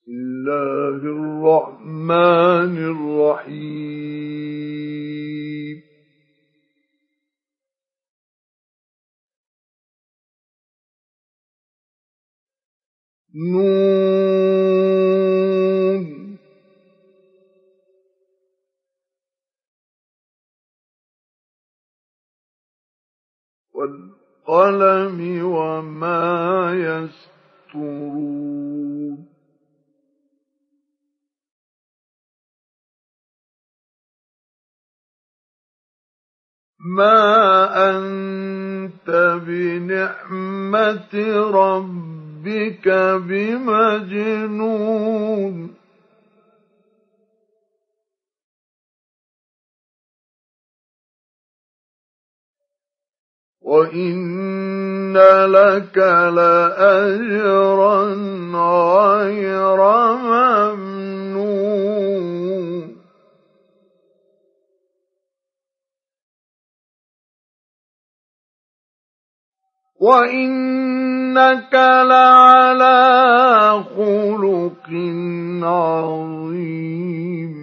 الله الرحمن الرحيم نون والقلم وما يسطرون ما أنت بنعمة ربك بمجنون وإن لك لأجرا غير ممنون وإنك لعلى خلق عظيم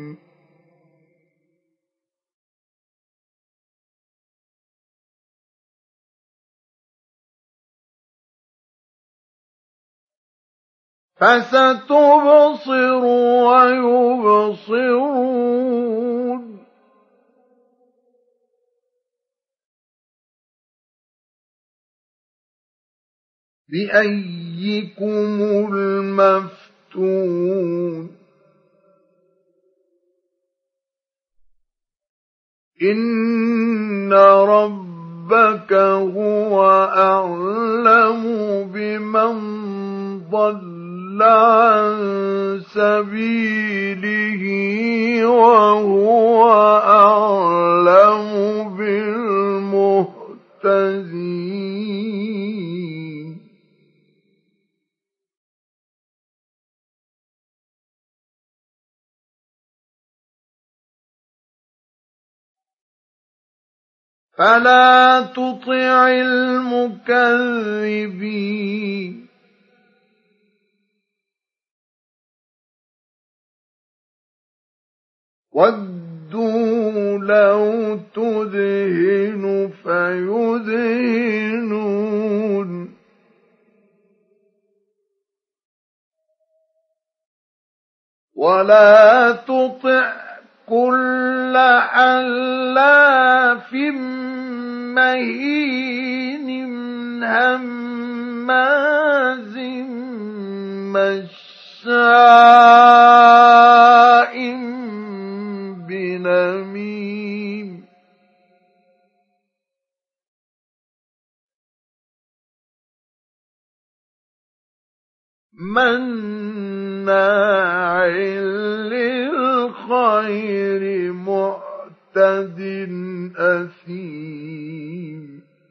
فستبصر ويبصرون بأيكم المفتون إن ربك هو أعلم بمن ضل عن سبيله وهو أعلم بالمهتدين فلا تطع المكذبين وَدُّوا لَوْ تُدْهِنُ فَيُدْهِنُونَ وَلَا تُطِعْ كُلَّ حَلَّافٍ مَّهِينٍ هَمَّازٍ مَّشَّاءٍ بِنَمِيمٍ مَّنَّاعٍ لِّلْخَيْرِ مُعْتَدٍ أَثِيمٍ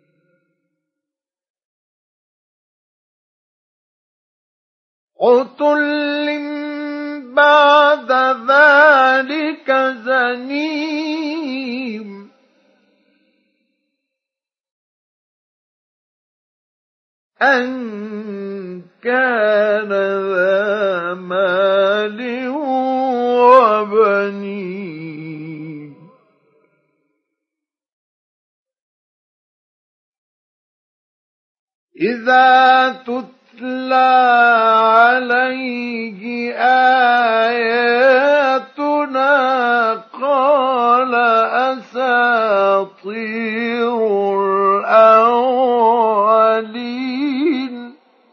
عُتُلٍّ بَعْدَ ذَلِكَ زَنِيمٍ أَن كَانَ ذَا مَالٍ وَبَنِينَ إِذَا تُتْلَىٰ عَلَيْهِ آيَاتُنَا قَالَ أَسَاطِيرُ الْأَوَّلِينَ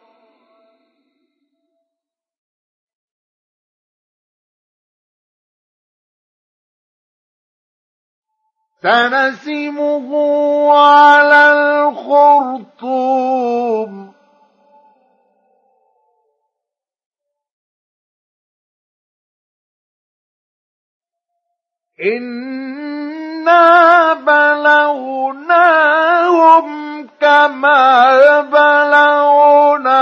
سَنَسِمُهُ عَلَى الْخُرْطُومِ إِنَّا بَلَوْنَاهُمْ كَمَا بَلَوْنَا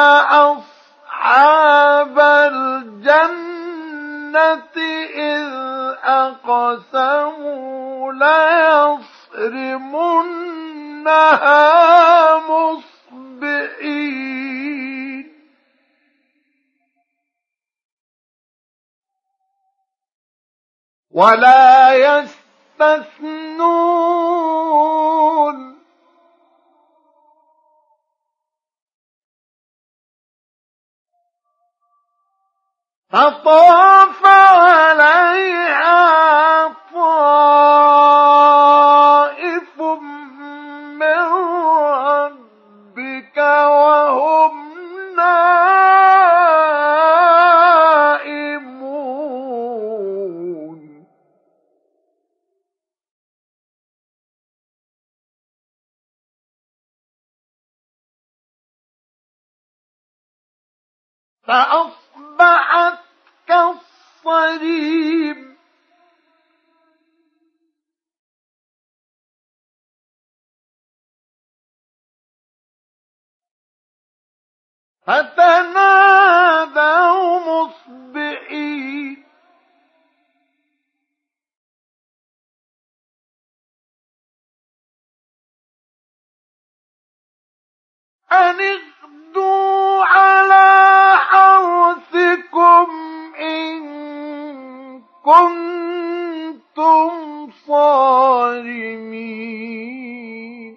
أَصْحَابَ الْجَنَّةِ إِذْ أَقْسَمُوا لَيَصْرِمُنَّهَا مُصْبِحِينَ ولا يستثنون فطاف عليها طائف من ربك وهم نائمون فأصبحت كالصريم فتنادوا مصبحين أن اغدوا على حرثكم إن كنتم صارمين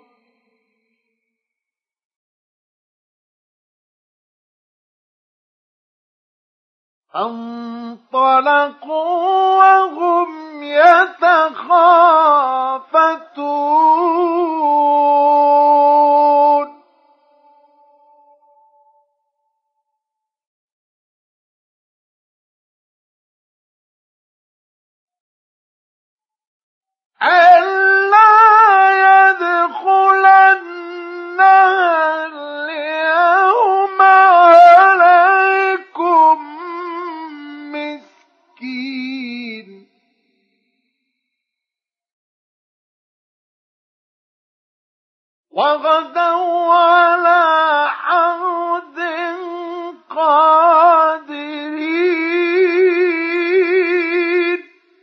فانطلقوا وهم يتخافتون ألا يدخلنها اليوم عليكم مسكين وغدوا على حرد قادرين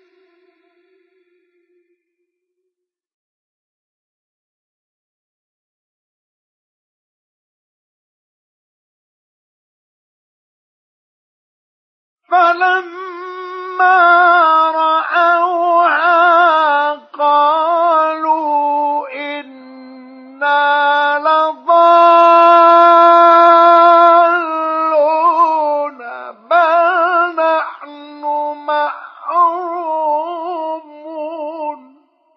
فلما رأوها قالوا إنا لضالون بل نحن محرومون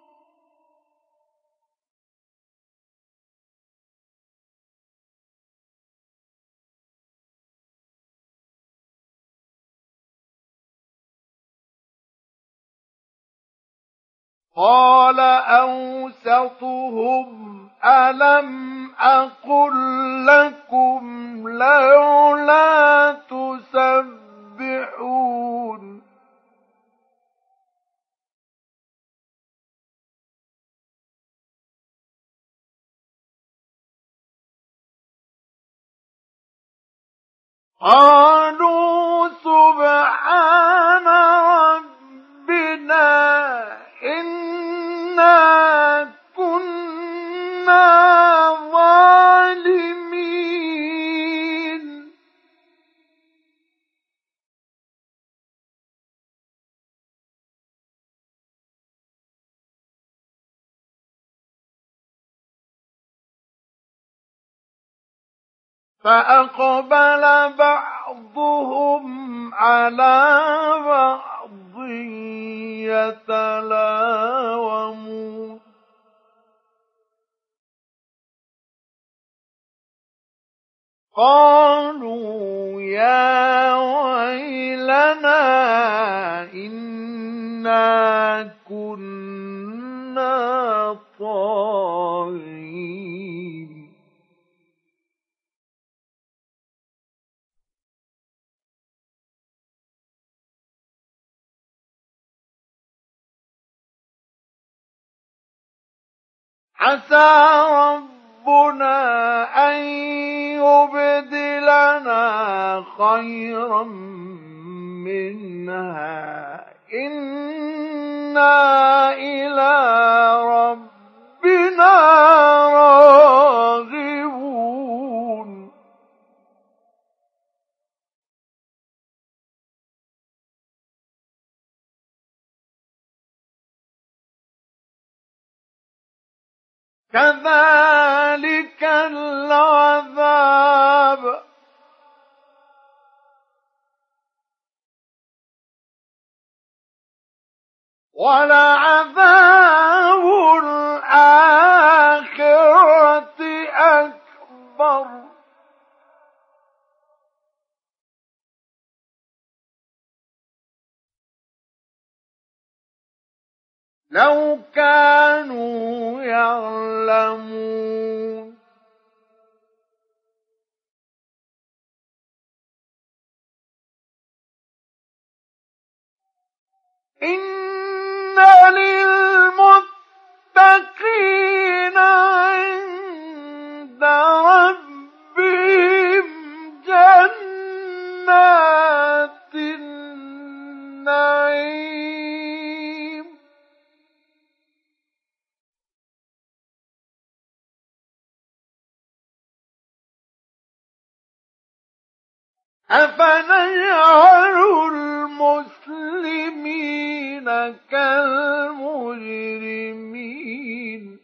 قال أوسطهم ألم أقل لكم لولا تسبحون قالوا سبحان ربنا إنا كنا ظالمين فأقبل بعضهم على بعض يتلاومون قالوا يا ويلنا إنا كنا طاغين عسى ربنا أن يبدلنا خيرا منها إنا إلى ربنا راغبون كذلك العذاب ولعذاب الآخرة أكبر لو كانوا يعلمون إن للمتقين عند ربهم جنات النعيم أفنجعل المسلمين كالمجرمين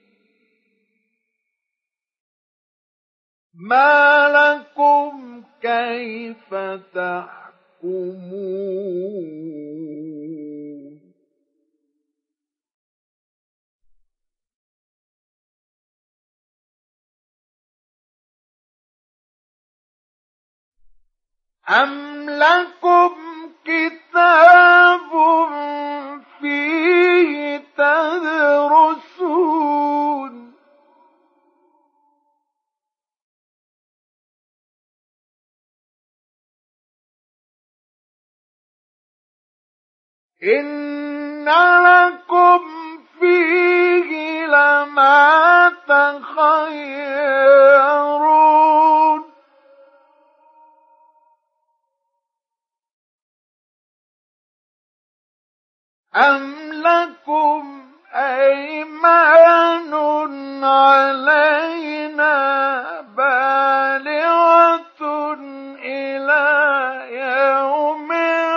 ما لكم كيف تحكمون أم لكم كتاب فيه تدرسون إن لكم فيه لما تخيرون أم لكم أيمان علينا بالغة إلى يوم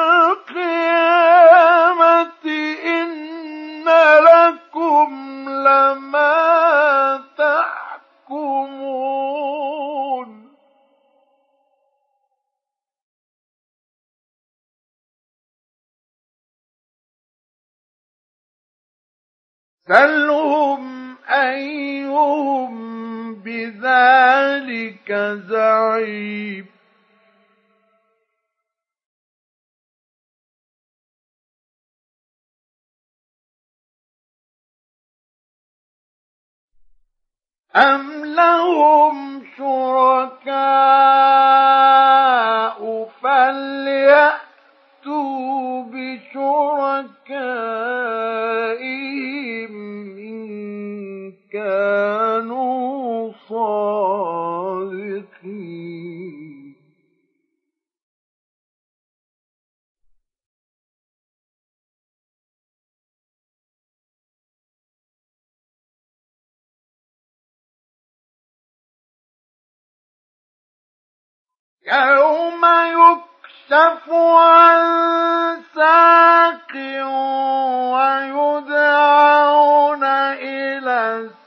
القيامة إن لكم لما تحكمون سلهم أيهم بذلك زعيم أم لهم شركاء فليأتوا بشركائهم إن كانوا صادقين يوم يكشف عن ساق ويدعون إلى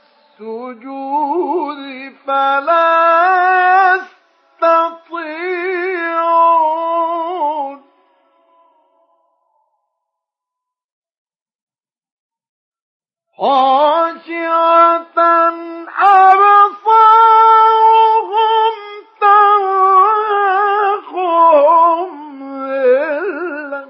السجود فلا يستطيعون خاشعة أبصارهم ترهقهم ذلة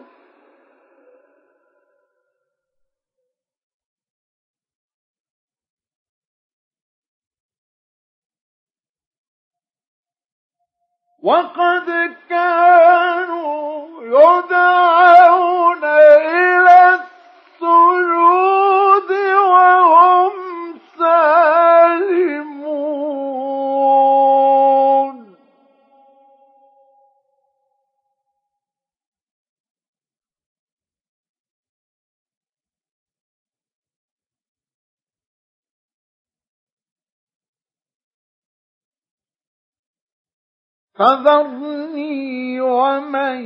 وقد كانوا يدعون إلى السجود وهم سالمون فذرني ومن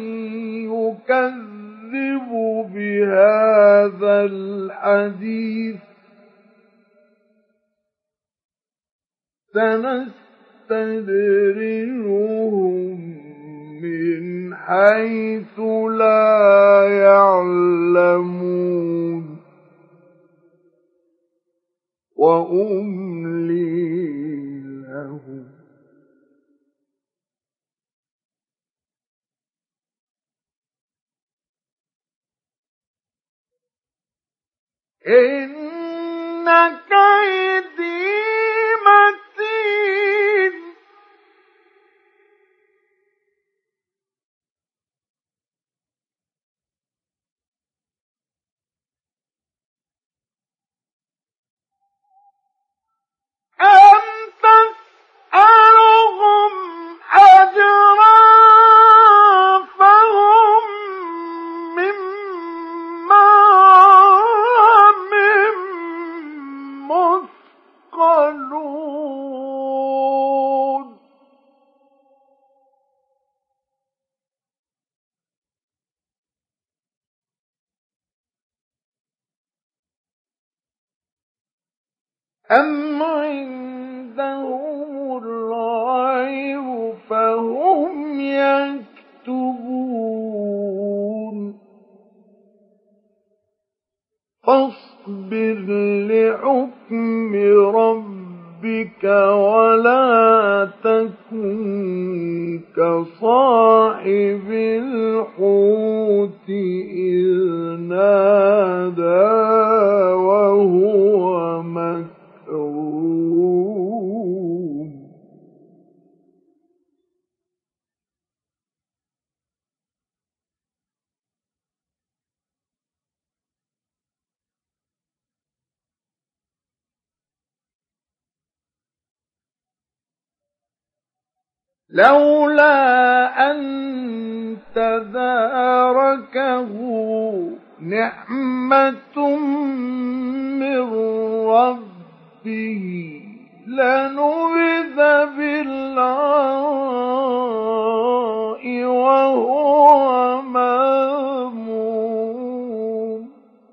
يكذب بهذا الحديث سنستدرجهم من حيث لا يعلمون وأملي لهم إن كيدي متين أم تسألهم أجرا فهم من مغرم مثقلون أم عندهم الغيب فهم يكتبون فاصبر لحكم ربك ولا تكن كصاحب الحوت إذ نادى وهو مكظوم لولا أن تداركه نعمة من ربه لنبذ بالعراء وهو مذموم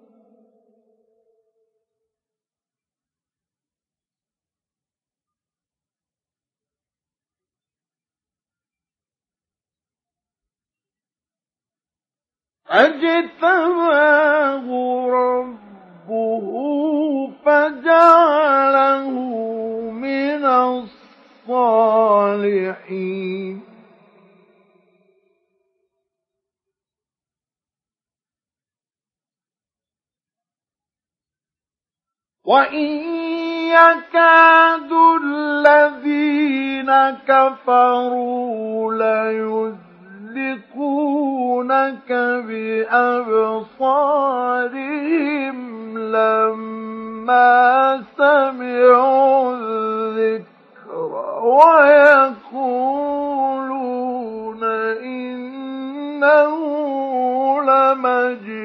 فاجتباه ربه فجعله من الصالحين وإن يكاد الذين كفروا ليزلقونك بأبصارهم لما سمعوا الذكر ويقولون إنه لمجنون